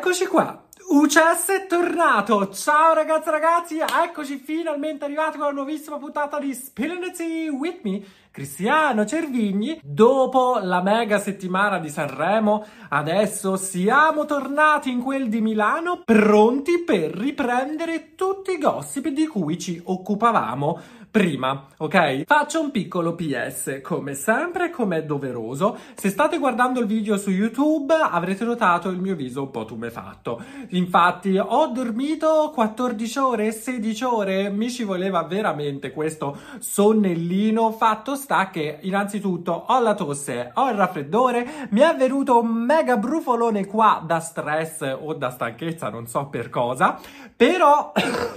Eccoci qua, UCS è tornato! Ciao ragazze e ragazzi, eccoci finalmente arrivati con la nuovissima puntata di Spilling the Tea with me, Cristiano Cervigni. Dopo la mega settimana di Sanremo, adesso siamo tornati in quel di Milano, pronti per riprendere tutti i gossip di cui ci occupavamo prima, ok? Faccio un piccolo PS, come sempre, come è doveroso. Se state guardando il video su YouTube avrete notato il mio viso un po' tumefatto. Infatti ho dormito 14 ore, 16 ore, mi ci voleva veramente questo sonnellino. Fatto sta che innanzitutto ho la tosse, ho il raffreddore, mi è venuto un mega brufolone qua da stress o da stanchezza, non so per cosa, però...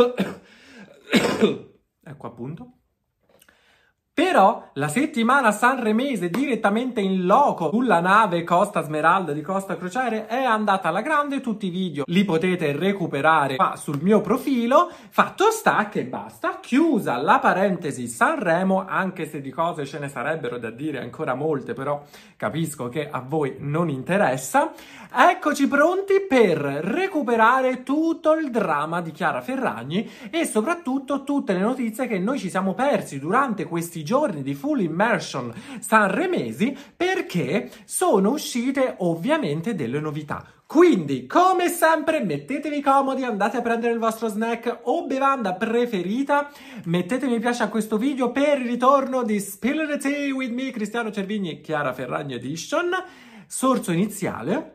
Ecco appunto. Però la settimana sanremese direttamente in loco sulla nave Costa Smeralda di Costa Crociere è andata alla grande, tutti i video li potete recuperare qua sul mio profilo. Fatto sta che basta, chiusa la parentesi Sanremo, anche se di cose ce ne sarebbero da dire ancora molte, però capisco che a voi non interessa. Eccoci pronti per recuperare tutto il dramma di Chiara Ferragni e soprattutto tutte le notizie che noi ci siamo persi durante questi giorni di full immersion sanremesi, perché sono uscite ovviamente delle novità. Quindi, come sempre, mettetevi comodi, andate a prendere il vostro snack o bevanda preferita, mettete mi piace a questo video per il ritorno di Spill the Tea with me, Cristiano Cervigni, Chiara Ferragni Edition, sorso iniziale.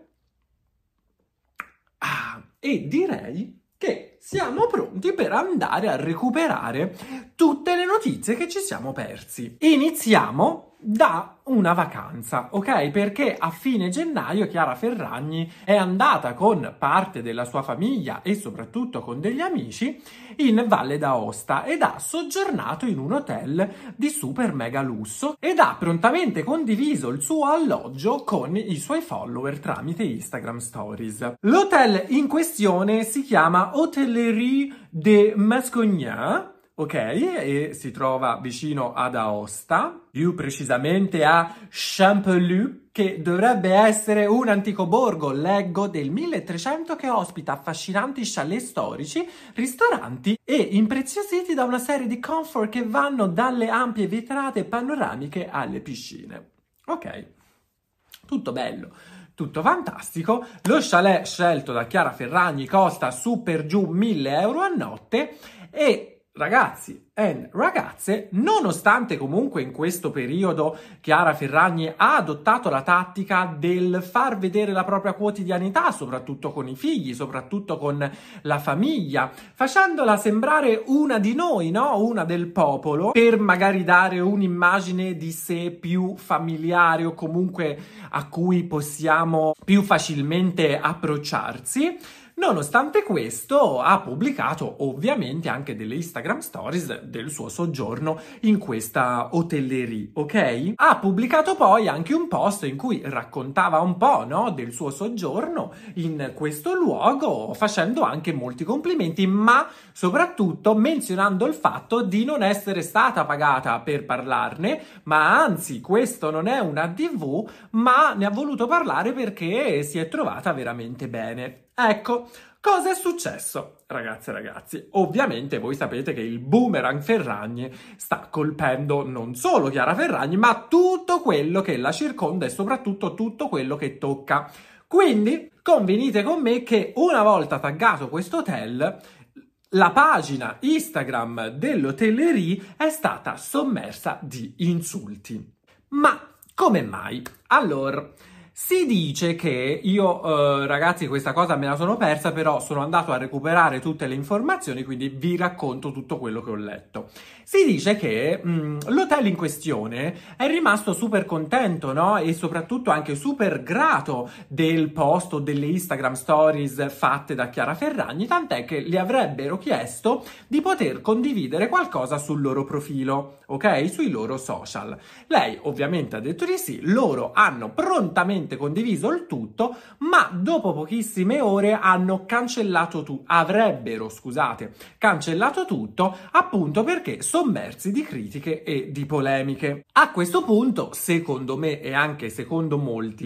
E direi che siamo pronti per andare a recuperare tutte le notizie che ci siamo persi. Iniziamo da una vacanza, ok? Perché a fine gennaio Chiara Ferragni è andata con parte della sua famiglia e soprattutto con degli amici in Valle d'Aosta ed ha soggiornato in un hotel di super mega lusso ed ha prontamente condiviso il suo alloggio con i suoi follower tramite Instagram Stories. L'hotel in questione si chiama Hotellerie de Mascogna, ok, e si trova vicino ad Aosta, più precisamente a Champellieu, che dovrebbe essere un antico borgo, leggo, del 1300 che ospita affascinanti chalet storici, ristoranti e impreziositi da una serie di comfort che vanno dalle ampie vetrate panoramiche alle piscine. Ok, tutto bello. Tutto fantastico. Lo chalet scelto da Chiara Ferragni costa su per giù 1.000 euro a notte e ragazzi e ragazze, nonostante comunque in questo periodo Chiara Ferragni ha adottato la tattica del far vedere la propria quotidianità, soprattutto con i figli, soprattutto con la famiglia, facendola sembrare una di noi, no? Una del popolo, per magari dare un'immagine di sé più familiare o comunque a cui possiamo più facilmente approcciarsi. Nonostante questo ha pubblicato ovviamente anche delle Instagram Stories del suo soggiorno in questa hotellerie, ok? Ha pubblicato poi anche un post in cui raccontava un po', no, del suo soggiorno in questo luogo, facendo anche molti complimenti, ma soprattutto menzionando il fatto di non essere stata pagata per parlarne, ma anzi questo non è una TV, ma ne ha voluto parlare perché si è trovata veramente bene. Ecco, cosa è successo, ragazze e ragazzi? Ovviamente voi sapete che il boomerang Ferragni sta colpendo non solo Chiara Ferragni, ma tutto quello che la circonda e soprattutto tutto quello che tocca. Quindi convenite con me che una volta taggato questo hotel, la pagina Instagram dell'hotellerie è stata sommersa di insulti. Ma come mai? Allora, si dice che io, ragazzi, questa cosa me la sono persa, però sono andato a recuperare tutte le informazioni, quindi vi racconto tutto quello che ho letto. Si dice che l'hotel in questione è rimasto super contento, no? E soprattutto anche super grato del post o delle Instagram Stories fatte da Chiara Ferragni, tant'è che le avrebbero chiesto di poter condividere qualcosa sul loro profilo, ok? Sui loro social. Lei ovviamente ha detto di sì, loro hanno prontamente condiviso il tutto, ma dopo pochissime ore hanno cancellato cancellato tutto, appunto perché sommersi di critiche e di polemiche. A questo punto, secondo me e anche secondo molti,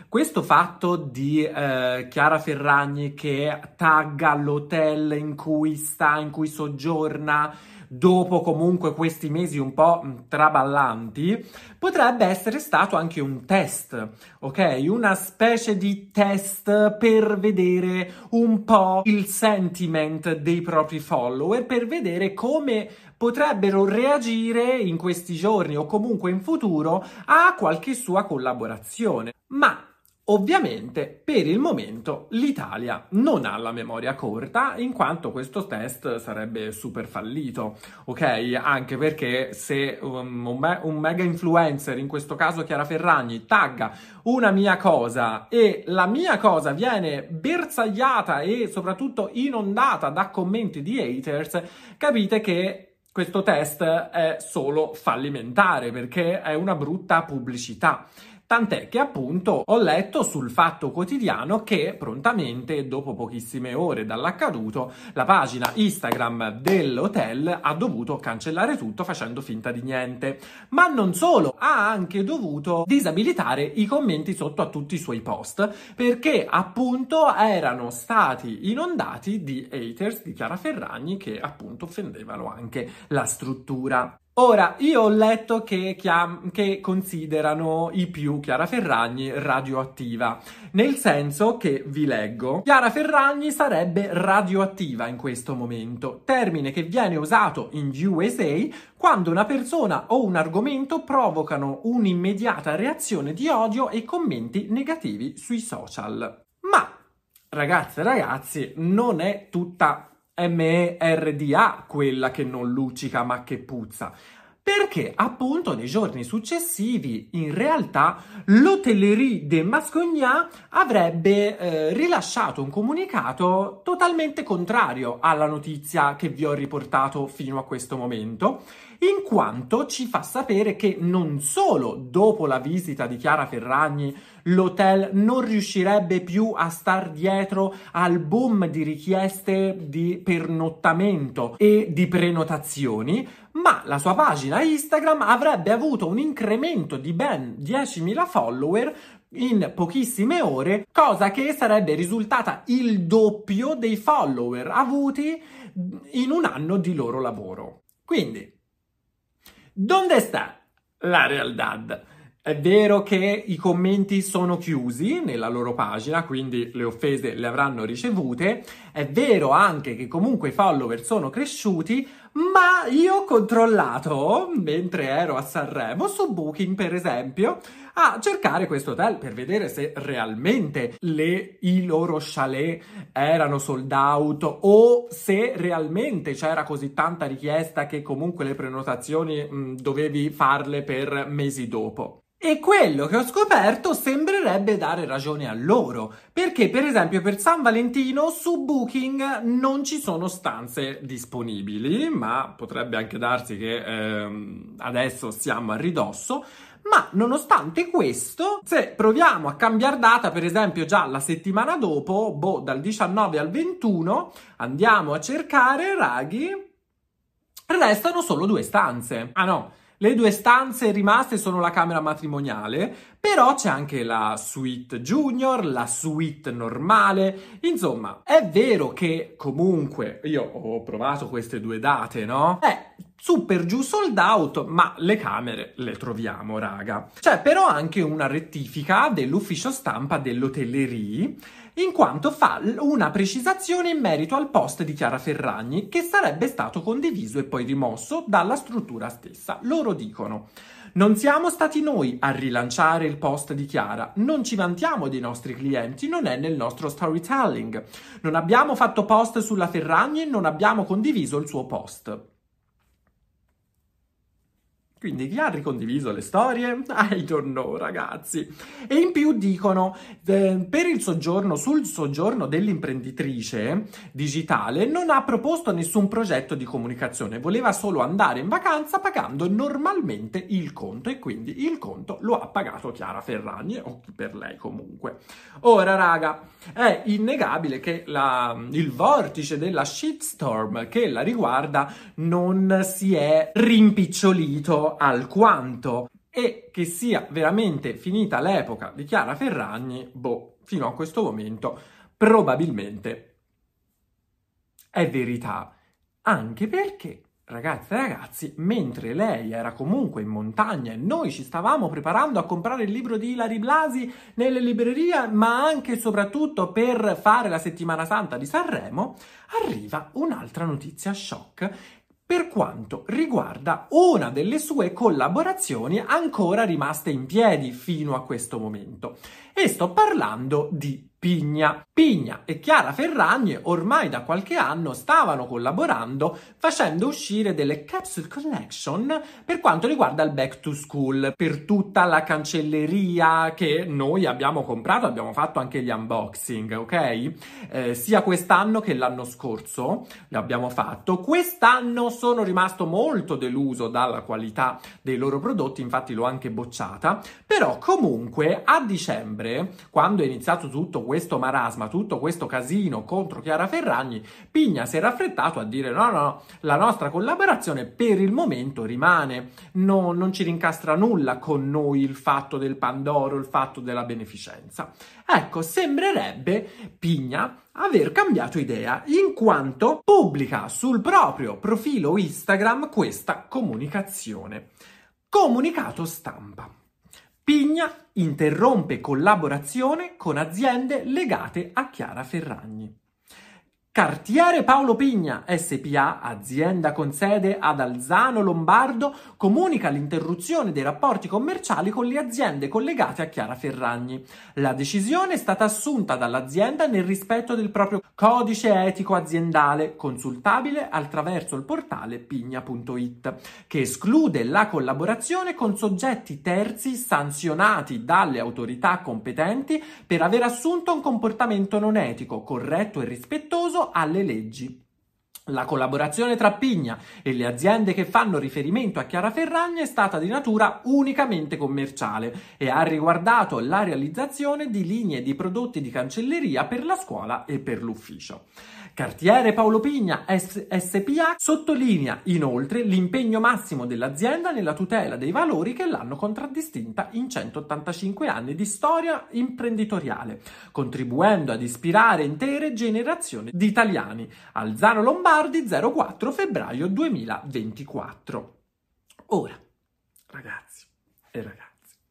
questo fatto di Chiara Ferragni che tagga l'hotel in cui sta, in cui soggiorna, dopo comunque questi mesi un po' traballanti, potrebbe essere stato anche un test, ok? Una specie di test per vedere un po' il sentiment dei propri follower, per vedere come potrebbero reagire in questi giorni o comunque in futuro a qualche sua collaborazione. Ma ovviamente per il momento l'Italia non ha la memoria corta, in quanto questo test sarebbe super fallito, ok? Anche perché se un mega influencer, in questo caso Chiara Ferragni, tagga una mia cosa e la mia cosa viene bersagliata e soprattutto inondata da commenti di haters, capite che questo test è solo fallimentare, perché è una brutta pubblicità. Tant'è che appunto ho letto sul Fatto Quotidiano che prontamente, dopo pochissime ore dall'accaduto, la pagina Instagram dell'hotel ha dovuto cancellare tutto facendo finta di niente. Ma non solo, ha anche dovuto disabilitare i commenti sotto a tutti i suoi post, perché appunto erano stati inondati di haters di Chiara Ferragni che appunto offendevano anche la struttura. Ora, io ho letto che considerano i più Chiara Ferragni radioattiva, nel senso che, vi leggo, Chiara Ferragni sarebbe radioattiva in questo momento, termine che viene usato in USA quando una persona o un argomento provocano un'immediata reazione di odio e commenti negativi sui social. Ma, ragazze e ragazzi, non è tutta MERDA quella che non luccica ma che puzza, perché appunto nei giorni successivi in realtà l'Hôtellerie de Mascognat avrebbe rilasciato un comunicato totalmente contrario alla notizia che vi ho riportato fino a questo momento, in quanto ci fa sapere che non solo dopo la visita di Chiara Ferragni l'hotel non riuscirebbe più a star dietro al boom di richieste di pernottamento e di prenotazioni, ma la sua pagina Instagram avrebbe avuto un incremento di ben 10.000 follower in pochissime ore, cosa che sarebbe risultata il doppio dei follower avuti in un anno di loro lavoro. Quindi, ¿dónde sta la realtà? È vero che i commenti sono chiusi nella loro pagina, quindi le offese le avranno ricevute. È vero anche che comunque i follower sono cresciuti, ma io ho controllato, mentre ero a Sanremo, su Booking per esempio, a cercare questo hotel per vedere se realmente i loro chalet erano sold out o se realmente c'era così tanta richiesta che comunque le prenotazioni dovevi farle per mesi dopo. E quello che ho scoperto sembrerebbe dare ragione a loro, perché per esempio per San Valentino su Booking non ci sono stanze disponibili, ma potrebbe anche darsi che adesso siamo a ridosso. Ma nonostante questo, se proviamo a cambiare data, per esempio già la settimana dopo, dal 19 al 21, andiamo a cercare, raghi, restano solo 2 stanze. Ah no! Le 2 stanze rimaste sono la camera matrimoniale, però c'è anche la suite junior, la suite normale. Insomma, è vero che comunque io ho provato queste 2 date, no? Super giù sold out, ma le camere le troviamo, raga. C'è però anche una rettifica dell'ufficio stampa dell'Hôtellerie, in quanto fa una precisazione in merito al post di Chiara Ferragni che sarebbe stato condiviso e poi rimosso dalla struttura stessa. Loro dicono: non siamo stati noi a rilanciare il post di Chiara, non ci vantiamo dei nostri clienti, non è nel nostro storytelling. Non abbiamo fatto post sulla Ferragni e non abbiamo condiviso il suo post. Quindi chi ha ricondiviso le storie? I don't know, ragazzi. E in più dicono, per il soggiorno, sul soggiorno dell'imprenditrice digitale, non ha proposto nessun progetto di comunicazione, voleva solo andare in vacanza pagando normalmente il conto e quindi il conto lo ha pagato Chiara Ferragni o chi per lei comunque. Ora, raga, è innegabile che il vortice della shitstorm che la riguarda non si è rimpicciolito alquanto. e che sia veramente finita l'epoca di Chiara Ferragni, fino a questo momento probabilmente è verità. Anche perché, ragazze e ragazzi, mentre lei era comunque in montagna e noi ci stavamo preparando a comprare il libro di Ilary Blasi nelle librerie, ma anche e soprattutto per fare la settimana santa di Sanremo, arriva un'altra notizia shock per quanto riguarda una delle sue collaborazioni ancora rimaste in piedi fino a questo momento. E sto parlando di Pigna. Pigna e Chiara Ferragni ormai da qualche anno stavano collaborando facendo uscire delle capsule collection per quanto riguarda il back to school, per tutta la cancelleria che noi abbiamo comprato, abbiamo fatto anche gli unboxing, ok? Sia quest'anno che l'anno scorso l'abbiamo fatto. Quest'anno sono rimasto molto deluso dalla qualità dei loro prodotti, infatti l'ho anche bocciata, però comunque a dicembre, quando è iniziato tutto questo marasma, tutto questo casino contro Chiara Ferragni, Pigna si è raffrettato a dire no, la nostra collaborazione per il momento rimane, non ci rincastra nulla con noi il fatto del Pandoro, il fatto della beneficenza. Ecco, sembrerebbe Pigna aver cambiato idea, in quanto pubblica sul proprio profilo Instagram questa comunicazione. Comunicato stampa. Pigna interrompe collaborazione con aziende legate a Chiara Ferragni. Cartiere Paolo Pigna SpA, azienda con sede ad Alzano Lombardo, comunica l'interruzione dei rapporti commerciali con le aziende collegate a Chiara Ferragni. La decisione è stata assunta dall'azienda nel rispetto del proprio codice etico aziendale, consultabile attraverso il portale pigna.it, che esclude la collaborazione con soggetti terzi sanzionati dalle autorità competenti per aver assunto un comportamento non etico, corretto e rispettoso alle leggi. La collaborazione tra Pigna e le aziende che fanno riferimento a Chiara Ferragni è stata di natura unicamente commerciale e ha riguardato la realizzazione di linee di prodotti di cancelleria per la scuola e per l'ufficio. Cartiere Paolo Pigna SpA sottolinea inoltre l'impegno massimo dell'azienda nella tutela dei valori che l'hanno contraddistinta in 185 anni di storia imprenditoriale, contribuendo ad ispirare intere generazioni di italiani. Alzano Lombardi, 04 febbraio 2024. Ora, ragazzi e ragazze,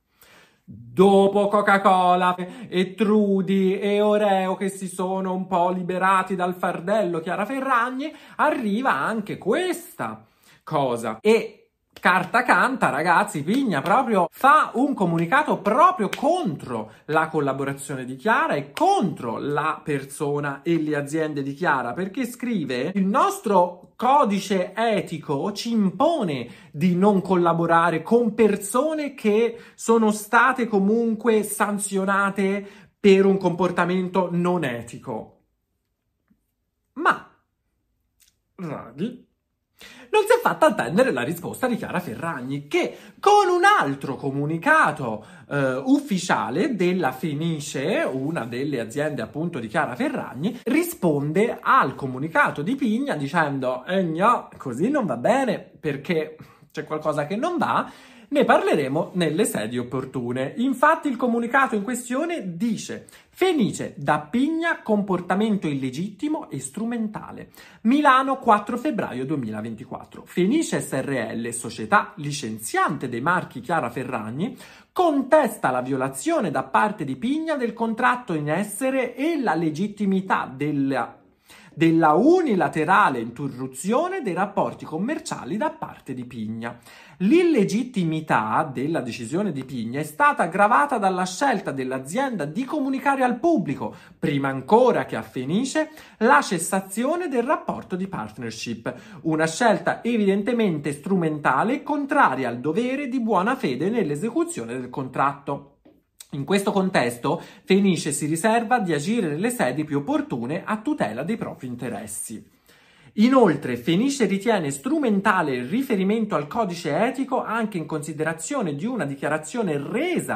dopo Coca-Cola e Trudi e Oreo che si sono un po' liberati dal fardello Chiara Ferragni, arriva anche questa cosa. E carta canta, ragazzi, Pigna proprio fa un comunicato proprio contro la collaborazione di Chiara e contro la persona e le aziende di Chiara, perché scrive: il nostro codice etico ci impone di non collaborare con persone che sono state comunque sanzionate per un comportamento non etico. Ma Draghi non si è fatta attendere la risposta di Chiara Ferragni, che con un altro comunicato ufficiale della Fenice, una delle aziende appunto di Chiara Ferragni, risponde al comunicato di Pigna dicendo no, così non va bene perché c'è qualcosa che non va. Ne parleremo nelle sedi opportune. Infatti il comunicato in questione dice: Fenice, da Pigna, comportamento illegittimo e strumentale. Milano, 4 febbraio 2024. Fenice SRL, società licenziante dei marchi Chiara Ferragni, contesta la violazione da parte di Pigna del contratto in essere e la legittimità della unilaterale interruzione dei rapporti commerciali da parte di Pigna. L'illegittimità della decisione di Pigna è stata aggravata dalla scelta dell'azienda di comunicare al pubblico, prima ancora che a Fenice, la cessazione del rapporto di partnership, una scelta evidentemente strumentale e contraria al dovere di buona fede nell'esecuzione del contratto. In questo contesto, Fenice si riserva di agire nelle sedi più opportune a tutela dei propri interessi. Inoltre, Fenice ritiene strumentale il riferimento al codice etico anche in considerazione di una dichiarazione resa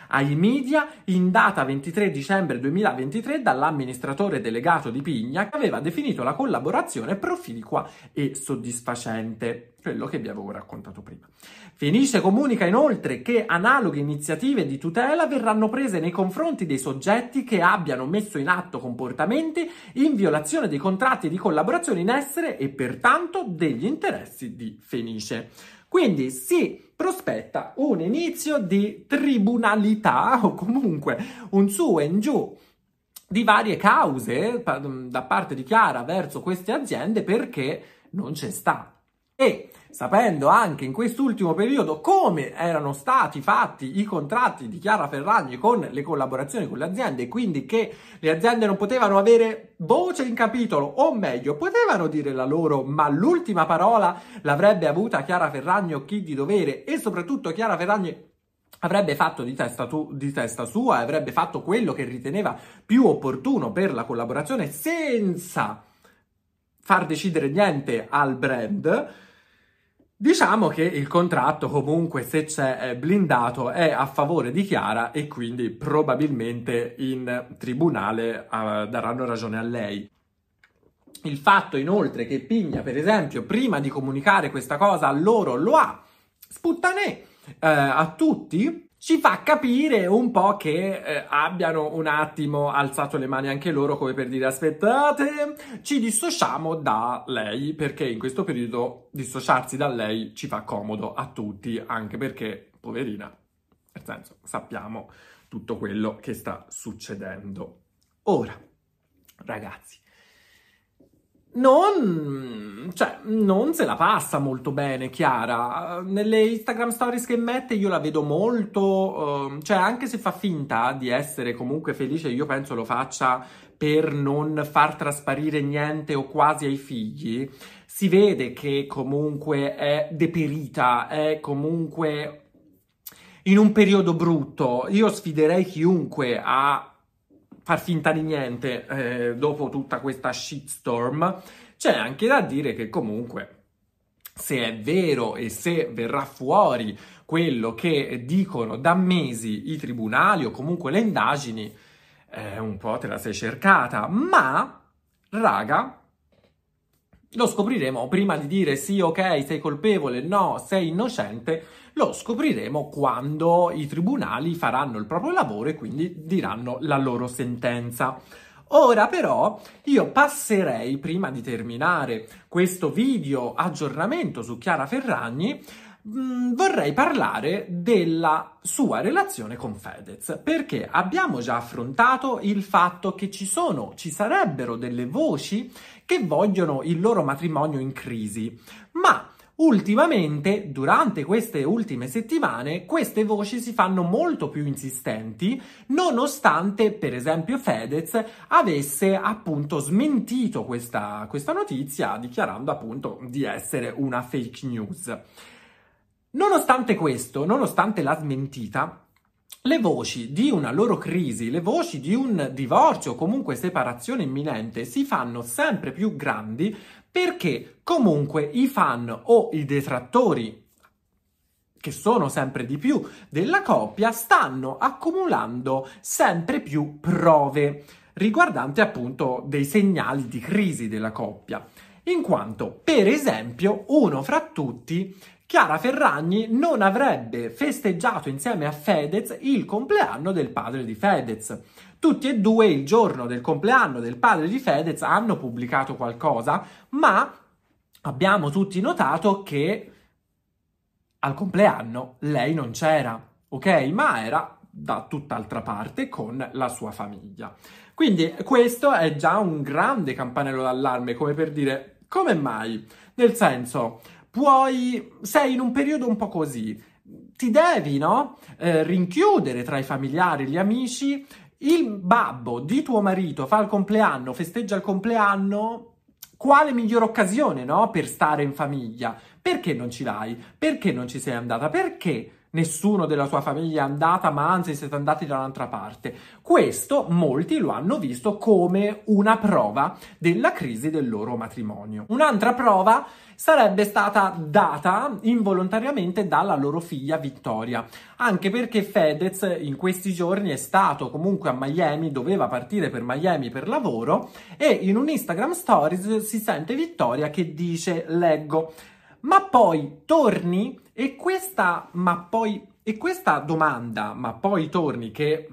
ai media in data 23 dicembre 2023 dall'amministratore delegato di Pigna, che aveva definito la collaborazione proficua e soddisfacente, quello che vi avevo raccontato prima. Fenice comunica inoltre che analoghe iniziative di tutela verranno prese nei confronti dei soggetti che abbiano messo in atto comportamenti in violazione dei contratti di collaborazione in essere e pertanto degli interessi di Fenice. Quindi si prospetta un inizio di tribunalità o comunque un su e in giù di varie cause da parte di Chiara verso queste aziende perché non c'è sta. E sapendo anche in quest'ultimo periodo come erano stati fatti i contratti di Chiara Ferragni con le collaborazioni con le aziende e quindi che le aziende non potevano avere voce in capitolo, o meglio, potevano dire la loro, ma l'ultima parola l'avrebbe avuta Chiara Ferragni o chi di dovere, e soprattutto Chiara Ferragni avrebbe fatto di testa sua e avrebbe fatto quello che riteneva più opportuno per la collaborazione senza far decidere niente al brand. Diciamo che il contratto comunque, se c'è, è blindato, è a favore di Chiara e quindi probabilmente in tribunale daranno ragione a lei. Il fatto inoltre che Pigna, per esempio, prima di comunicare questa cosa a loro lo ha sputtanè a tutti, ci fa capire un po' che abbiano un attimo alzato le mani anche loro, come per dire: aspettate, ci dissociamo da lei, perché in questo periodo dissociarsi da lei ci fa comodo a tutti, anche perché, poverina, nel senso, sappiamo tutto quello che sta succedendo. Ora, ragazzi, non se la passa molto bene Chiara. Nelle Instagram stories che mette io la vedo molto, anche se fa finta di essere comunque felice, io penso lo faccia per non far trasparire niente o quasi ai figli. Si vede che comunque è deperita, è comunque in un periodo brutto. Io sfiderei chiunque a far finta di niente dopo tutta questa shitstorm. C'è anche da dire che comunque, se è vero e se verrà fuori quello che dicono da mesi i tribunali o comunque le indagini, un po' te la sei cercata, ma raga, lo scopriremo prima di dire sì, ok, sei colpevole, no, sei innocente. Lo scopriremo quando i tribunali faranno il proprio lavoro e quindi diranno la loro sentenza. Ora però io passerei, prima di terminare questo video aggiornamento su Chiara Ferragni, vorrei parlare della sua relazione con Fedez, perché abbiamo già affrontato il fatto che ci sarebbero delle voci che vogliono il loro matrimonio in crisi, ma ultimamente, durante queste ultime settimane, queste voci si fanno molto più insistenti, nonostante, per esempio, Fedez avesse appunto smentito questa notizia, dichiarando appunto di essere una fake news. Nonostante questo, nonostante la smentita, le voci di una loro crisi, le voci di un divorzio o comunque separazione imminente si fanno sempre più grandi, perché comunque i fan o i detrattori, che sono sempre di più della coppia, stanno accumulando sempre più prove riguardanti appunto dei segnali di crisi della coppia. In quanto, per esempio, uno fra tutti, Chiara Ferragni non avrebbe festeggiato insieme a Fedez il compleanno del padre di Fedez. Tutti e due il giorno del compleanno del padre di Fedez hanno pubblicato qualcosa, ma abbiamo tutti notato che al compleanno lei non c'era, ok? Ma era da tutt'altra parte con la sua famiglia. Quindi questo è già un grande campanello d'allarme, come per dire, come mai? Nel senso, sei in un periodo un po' così, ti devi, no? Rinchiudere tra i familiari, gli amici. Il babbo di tuo marito fa il compleanno, festeggia il compleanno, quale migliore occasione, no? Per stare in famiglia. Perché non ci vai? Perché non ci sei andata? Perché nessuno della sua famiglia è andata, ma anzi siete andati da un'altra parte. Questo molti lo hanno visto come una prova della crisi del loro matrimonio. Un'altra prova sarebbe stata data involontariamente dalla loro figlia Vittoria, anche perché Fedez in questi giorni è stato comunque a Miami, doveva partire per Miami per lavoro, e in un Instagram Stories si sente Vittoria che dice, leggo: ma poi torni? E questa domanda, ma poi torni, che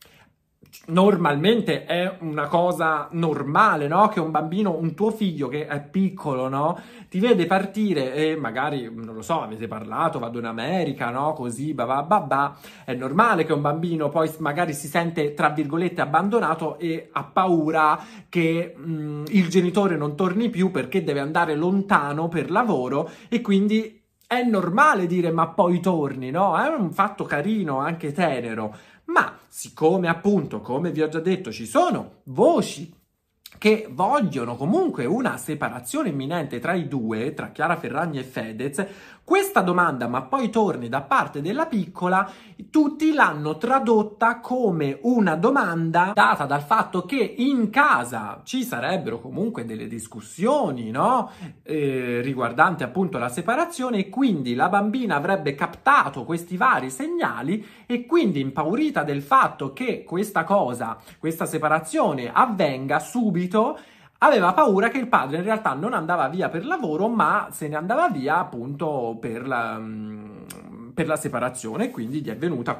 normalmente è una cosa normale, no? Che un bambino, un tuo figlio che è piccolo, no? Ti vede partire e magari, non lo so, avete parlato, vado in America, no? Così, è normale che un bambino poi magari si sente, tra virgolette, abbandonato e ha paura che il genitore non torni più perché deve andare lontano per lavoro, e quindi è normale dire ma poi torni, no? È un fatto carino, anche tenero. Ma siccome appunto, come vi ho già detto, ci sono voci che vogliono comunque una separazione imminente tra i due, tra Chiara Ferragni e Fedez, questa domanda, ma poi torni, da parte della piccola, tutti l'hanno tradotta come una domanda data dal fatto che in casa ci sarebbero comunque delle discussioni, no? Riguardanti appunto la separazione, e quindi la bambina avrebbe captato questi vari segnali, e quindi impaurita del fatto che questa separazione avvenga subito, aveva paura che il padre in realtà non andava via per lavoro, ma se ne andava via appunto per la separazione, quindi le è venuta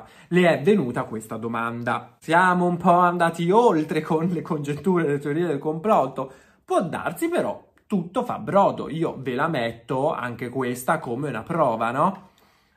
questa domanda. Siamo un po' andati oltre con le congetture, le teorie del complotto. Può darsi, però tutto fa brodo. Io ve la metto anche questa come una prova, no?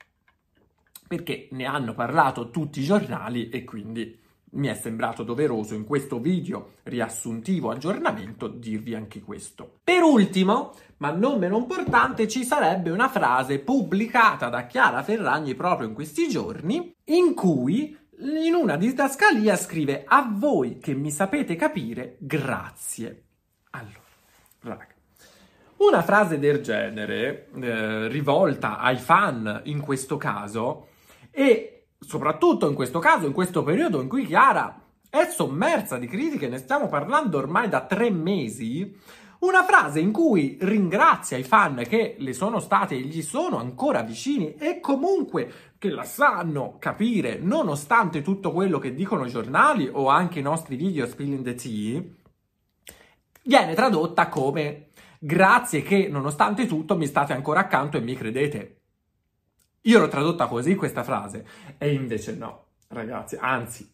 Perché ne hanno parlato tutti i giornali, e quindi mi è sembrato doveroso in questo video riassuntivo aggiornamento dirvi anche questo. Per ultimo, ma non meno importante, ci sarebbe una frase pubblicata da Chiara Ferragni proprio in questi giorni, in cui in una didascalia scrive: a voi che mi sapete capire, grazie. Allora, raga, una frase del genere, rivolta ai fan in questo caso, e soprattutto in questo caso, in questo periodo in cui Chiara è sommersa di critiche, ne stiamo parlando ormai da 3 mesi, una frase in cui ringrazia i fan che le sono state e gli sono ancora vicini, e comunque che la sanno capire nonostante tutto quello che dicono i giornali o anche i nostri video Spilling the Tea, viene tradotta come: grazie che nonostante tutto mi state ancora accanto e mi credete. Io l'ho tradotta così questa frase, e invece no, ragazzi, anzi,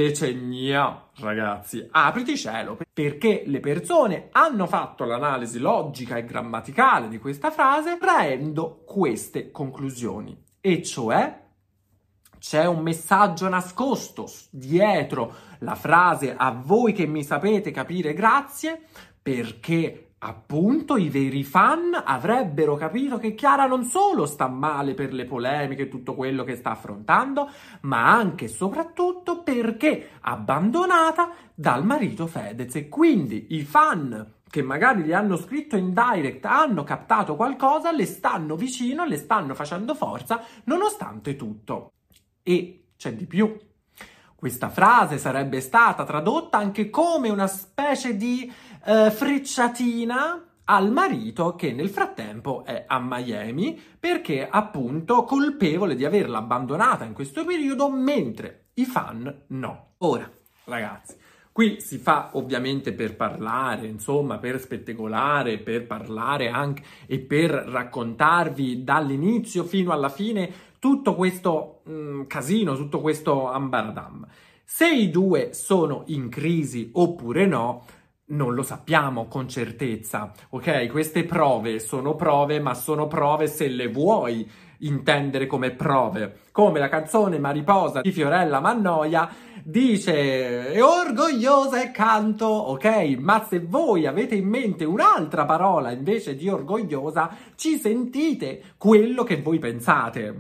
ragazzi, apriti cielo, perché le persone hanno fatto l'analisi logica e grammaticale di questa frase traendo queste conclusioni, e cioè c'è un messaggio nascosto dietro la frase "a voi che mi sapete capire, grazie", perché appunto i veri fan avrebbero capito che Chiara non solo sta male per le polemiche e tutto quello che sta affrontando, ma anche e soprattutto perché abbandonata dal marito Fedez, e quindi i fan che magari gli hanno scritto in direct hanno captato qualcosa, le stanno vicino, le stanno facendo forza nonostante tutto. E c'è di più. Questa frase sarebbe stata tradotta anche come una specie di frecciatina al marito, che nel frattempo è a Miami perché appunto colpevole di averla abbandonata in questo periodo, mentre i fan no. Ora, ragazzi, qui si fa ovviamente per parlare, insomma, per spettacolare, per parlare anche e per raccontarvi dall'inizio fino alla fine tutto questo casino, tutto questo ambaradam. Se i due sono in crisi oppure no, non lo sappiamo con certezza, ok? Queste prove sono prove, ma sono prove se le vuoi intendere come prove. Come la canzone Mariposa di Fiorella Mannoia dice: è orgogliosa e canto, ok? Ma se voi avete in mente un'altra parola invece di orgogliosa, ci sentite quello che voi pensate.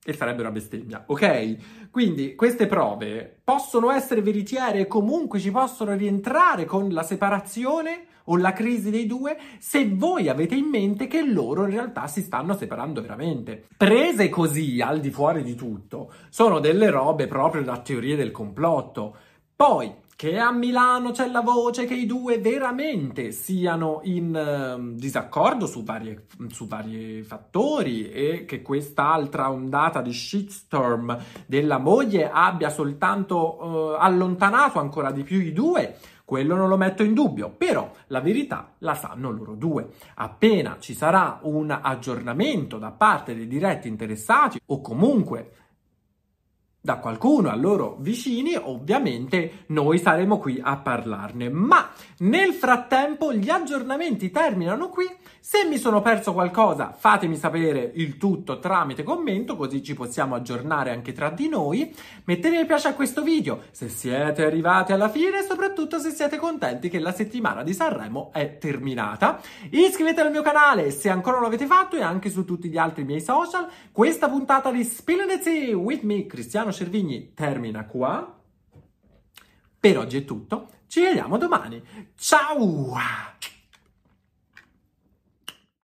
e sarebbe una bestemmia, ok? Quindi queste prove possono essere veritiere e comunque ci possono rientrare con la separazione o la crisi dei due se voi avete in mente che loro in realtà si stanno separando veramente. Prese così, al di fuori di tutto, sono delle robe proprio da teorie del complotto. Poi, che a Milano c'è la voce che i due veramente siano in disaccordo su vari fattori e che quest'altra ondata di shitstorm della moglie abbia soltanto allontanato ancora di più i due, quello non lo metto in dubbio, però la verità la sanno loro due. Appena ci sarà un aggiornamento da parte dei diretti interessati o comunque da qualcuno a loro vicini, ovviamente noi saremo qui a parlarne. Ma nel frattempo gli aggiornamenti terminano qui. Se mi sono perso qualcosa, fatemi sapere il tutto tramite commento, così ci possiamo aggiornare anche tra di noi. Mettete mi piace a questo video se siete arrivati alla fine e soprattutto se siete contenti che la settimana di Sanremo è terminata. Iscrivetevi al mio canale se ancora non l'avete fatto e anche su tutti gli altri miei social. Questa puntata di Spilling the Tea with me, Cristiano Cervigni, termina qua. Per oggi è tutto, ci vediamo domani. Ciao!